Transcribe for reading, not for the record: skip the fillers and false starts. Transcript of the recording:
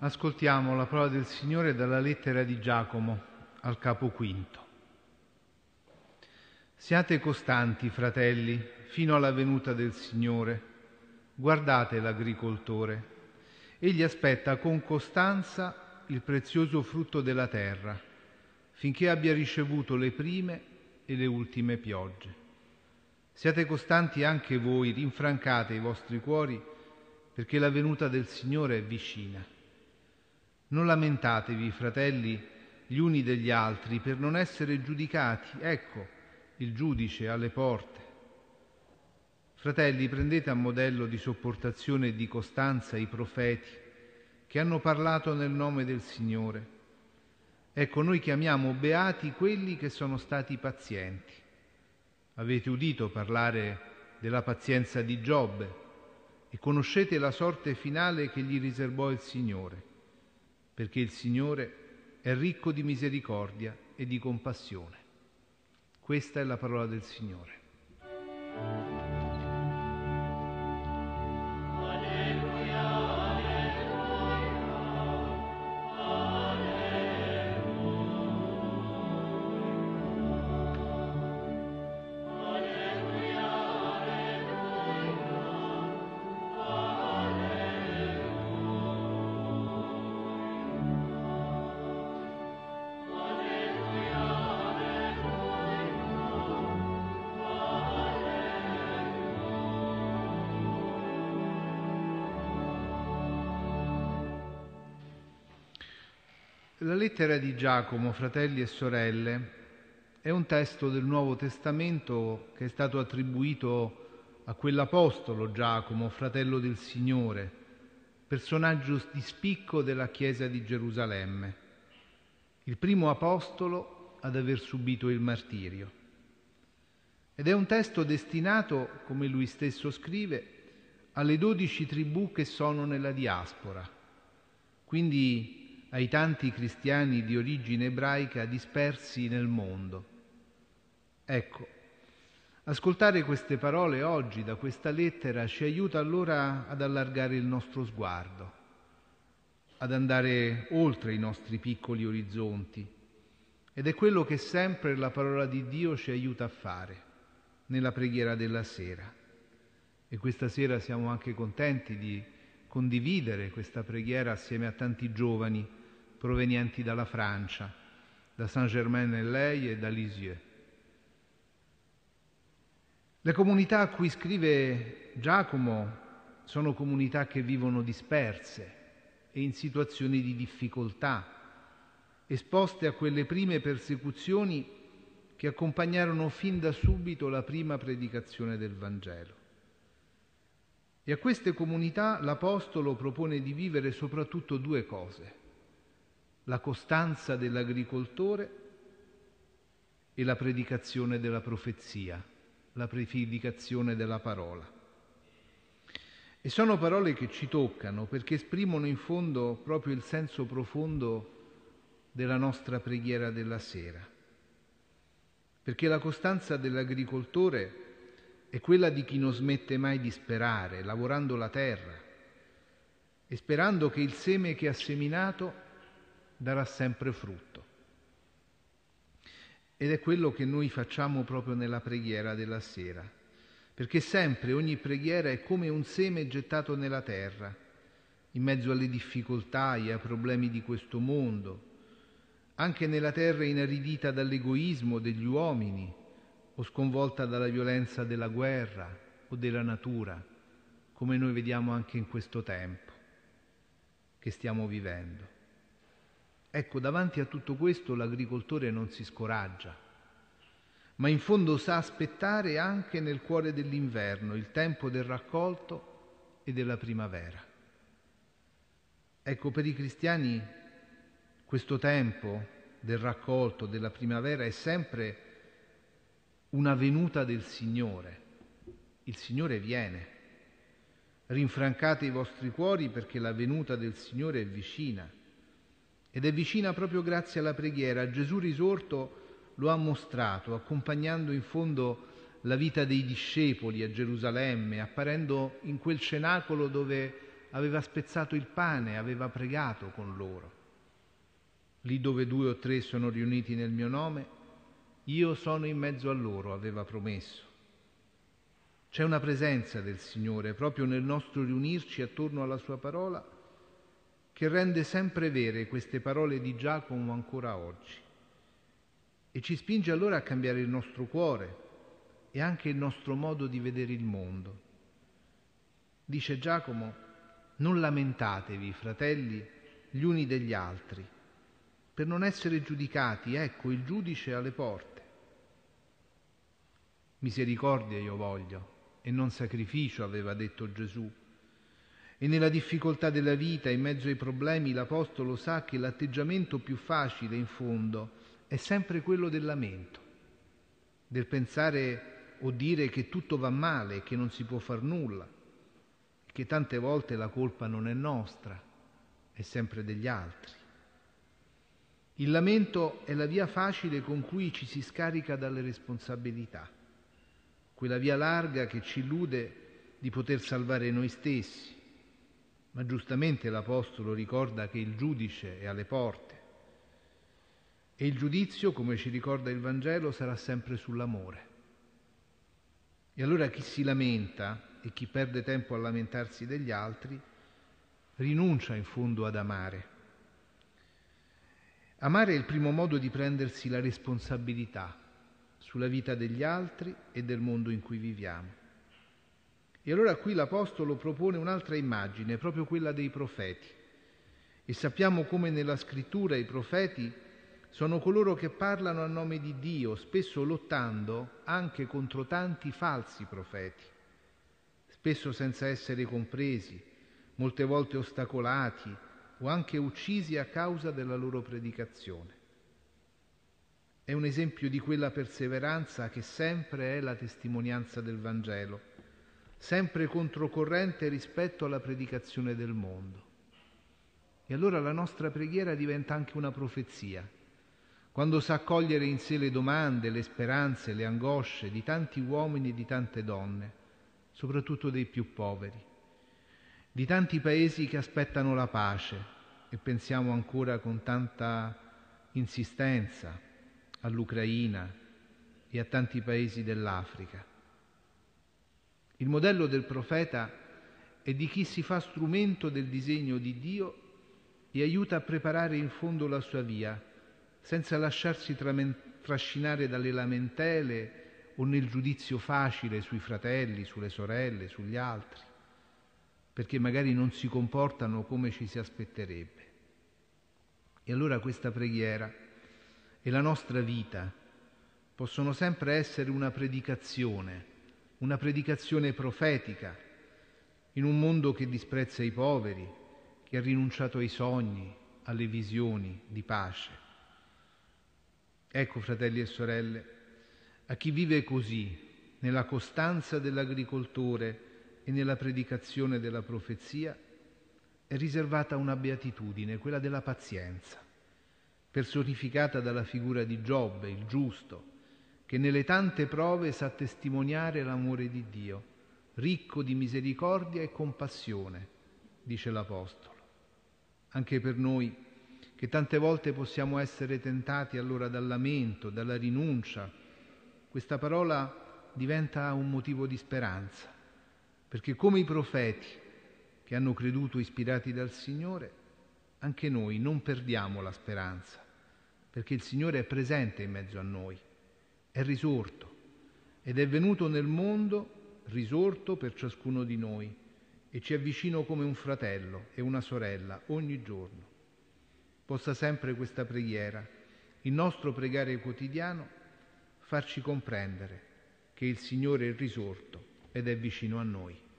Ascoltiamo la parola del Signore dalla lettera di Giacomo al capo quinto. Siate costanti, fratelli, fino alla venuta del Signore. Guardate l'agricoltore. Egli aspetta con costanza il prezioso frutto della terra, finché abbia ricevuto le prime e le ultime piogge. Siate costanti anche voi, rinfrancate i vostri cuori, perché la venuta del Signore è vicina. Non lamentatevi, fratelli, gli uni degli altri, per non essere giudicati. Ecco, il giudice alle porte. Fratelli, prendete a modello di sopportazione e di costanza i profeti che hanno parlato nel nome del Signore. Ecco, noi chiamiamo beati quelli che sono stati pazienti. Avete udito parlare della pazienza di Giobbe e conoscete la sorte finale che gli riservò il Signore, perché il Signore è ricco di misericordia e di compassione. Questa è la parola del Signore. La lettera di Giacomo, fratelli e sorelle, è un testo del Nuovo Testamento che è stato attribuito a quell'apostolo Giacomo, fratello del Signore, personaggio di spicco della Chiesa di Gerusalemme, il primo apostolo ad aver subito il martirio. Ed è un testo destinato, come lui stesso scrive, alle 12 tribù che sono nella diaspora, quindi ai tanti cristiani di origine ebraica dispersi nel mondo. Ecco, ascoltare queste parole oggi da questa lettera ci aiuta allora ad allargare il nostro sguardo, ad andare oltre i nostri piccoli orizzonti, ed è quello che sempre la parola di Dio ci aiuta a fare nella preghiera della sera. E questa sera siamo anche contenti di condividere questa preghiera assieme a tanti giovani provenienti dalla Francia, da Saint-Germain-en-Laye e da Lisieux. Le comunità a cui scrive Giacomo sono comunità che vivono disperse e in situazioni di difficoltà, esposte a quelle prime persecuzioni che accompagnarono fin da subito la prima predicazione del Vangelo. E a queste comunità l'Apostolo propone di vivere soprattutto due cose: la costanza dell'agricoltore e la predicazione della profezia, la predicazione della parola. E sono parole che ci toccano perché esprimono in fondo proprio il senso profondo della nostra preghiera della sera. Perché la costanza dell'agricoltore è quella di chi non smette mai di sperare, lavorando la terra e sperando che il seme che ha seminato darà sempre frutto. Ed è quello che noi facciamo proprio nella preghiera della sera, perché sempre ogni preghiera è come un seme gettato nella terra, in mezzo alle difficoltà e ai problemi di questo mondo, anche nella terra inaridita dall'egoismo degli uomini o sconvolta dalla violenza della guerra o della natura, come noi vediamo anche in questo tempo che stiamo vivendo. Ecco, davanti a tutto questo l'agricoltore non si scoraggia, ma in fondo sa aspettare anche nel cuore dell'inverno il tempo del raccolto e della primavera. Ecco, per i cristiani questo tempo del raccolto, della primavera, è sempre una venuta del Signore. Il Signore viene. Rinfrancate i vostri cuori perché la venuta del Signore è vicina. Ed è vicina proprio grazie alla preghiera. Gesù risorto lo ha mostrato, accompagnando in fondo la vita dei discepoli a Gerusalemme, apparendo in quel cenacolo dove aveva spezzato il pane, aveva pregato con loro. Lì dove 2 o 3 sono riuniti nel mio nome, io sono in mezzo a loro, aveva promesso. C'è una presenza del Signore proprio nel nostro riunirci attorno alla sua parola, che rende sempre vere queste parole di Giacomo ancora oggi e ci spinge allora a cambiare il nostro cuore e anche il nostro modo di vedere il mondo. Dice Giacomo: non lamentatevi, fratelli, gli uni degli altri, per non essere giudicati, ecco il giudice è alle porte. Misericordia io voglio e non sacrificio, aveva detto Gesù. E nella difficoltà della vita, in mezzo ai problemi, l'Apostolo sa che l'atteggiamento più facile, in fondo, è sempre quello del lamento, del pensare o dire che tutto va male, che non si può far nulla, che tante volte la colpa non è nostra, è sempre degli altri. Il lamento è la via facile con cui ci si scarica dalle responsabilità, quella via larga che ci illude di poter salvare noi stessi. Ma giustamente l'Apostolo ricorda che il giudice è alle porte e il giudizio, come ci ricorda il Vangelo, sarà sempre sull'amore. E allora chi si lamenta e chi perde tempo a lamentarsi degli altri rinuncia in fondo ad amare. Amare è il primo modo di prendersi la responsabilità sulla vita degli altri e del mondo in cui viviamo. E allora qui l'Apostolo propone un'altra immagine, proprio quella dei profeti. E sappiamo come nella Scrittura i profeti sono coloro che parlano a nome di Dio, spesso lottando anche contro tanti falsi profeti, spesso senza essere compresi, molte volte ostacolati o anche uccisi a causa della loro predicazione. È un esempio di quella perseveranza che sempre è la testimonianza del Vangelo, sempre controcorrente rispetto alla predicazione del mondo. E allora la nostra preghiera diventa anche una profezia, quando sa accogliere in sé le domande, le speranze, le angosce di tanti uomini e di tante donne, soprattutto dei più poveri, di tanti paesi che aspettano la pace, e pensiamo ancora con tanta insistenza all'Ucraina e a tanti paesi dell'Africa. Il modello del profeta è di chi si fa strumento del disegno di Dio e aiuta a preparare in fondo la sua via, senza lasciarsi trascinare dalle lamentele o nel giudizio facile sui fratelli, sulle sorelle, sugli altri, perché magari non si comportano come ci si aspetterebbe. E allora questa preghiera e la nostra vita possono sempre essere una predicazione profetica in un mondo che disprezza i poveri, che ha rinunciato ai sogni, alle visioni di pace. Ecco, fratelli e sorelle, a chi vive così, nella costanza dell'agricoltore e nella predicazione della profezia, è riservata una beatitudine, quella della pazienza, personificata dalla figura di Giobbe, il giusto, che nelle tante prove sa testimoniare l'amore di Dio, ricco di misericordia e compassione, dice l'Apostolo. Anche per noi, che tante volte possiamo essere tentati allora dal lamento, dalla rinuncia, questa parola diventa un motivo di speranza, perché come i profeti che hanno creduto ispirati dal Signore, anche noi non perdiamo la speranza, perché il Signore è presente in mezzo a noi, è risorto ed è venuto nel mondo risorto per ciascuno di noi e ci è vicino come un fratello e una sorella ogni giorno. Possa sempre questa preghiera, il nostro pregare quotidiano, farci comprendere che il Signore è risorto ed è vicino a noi.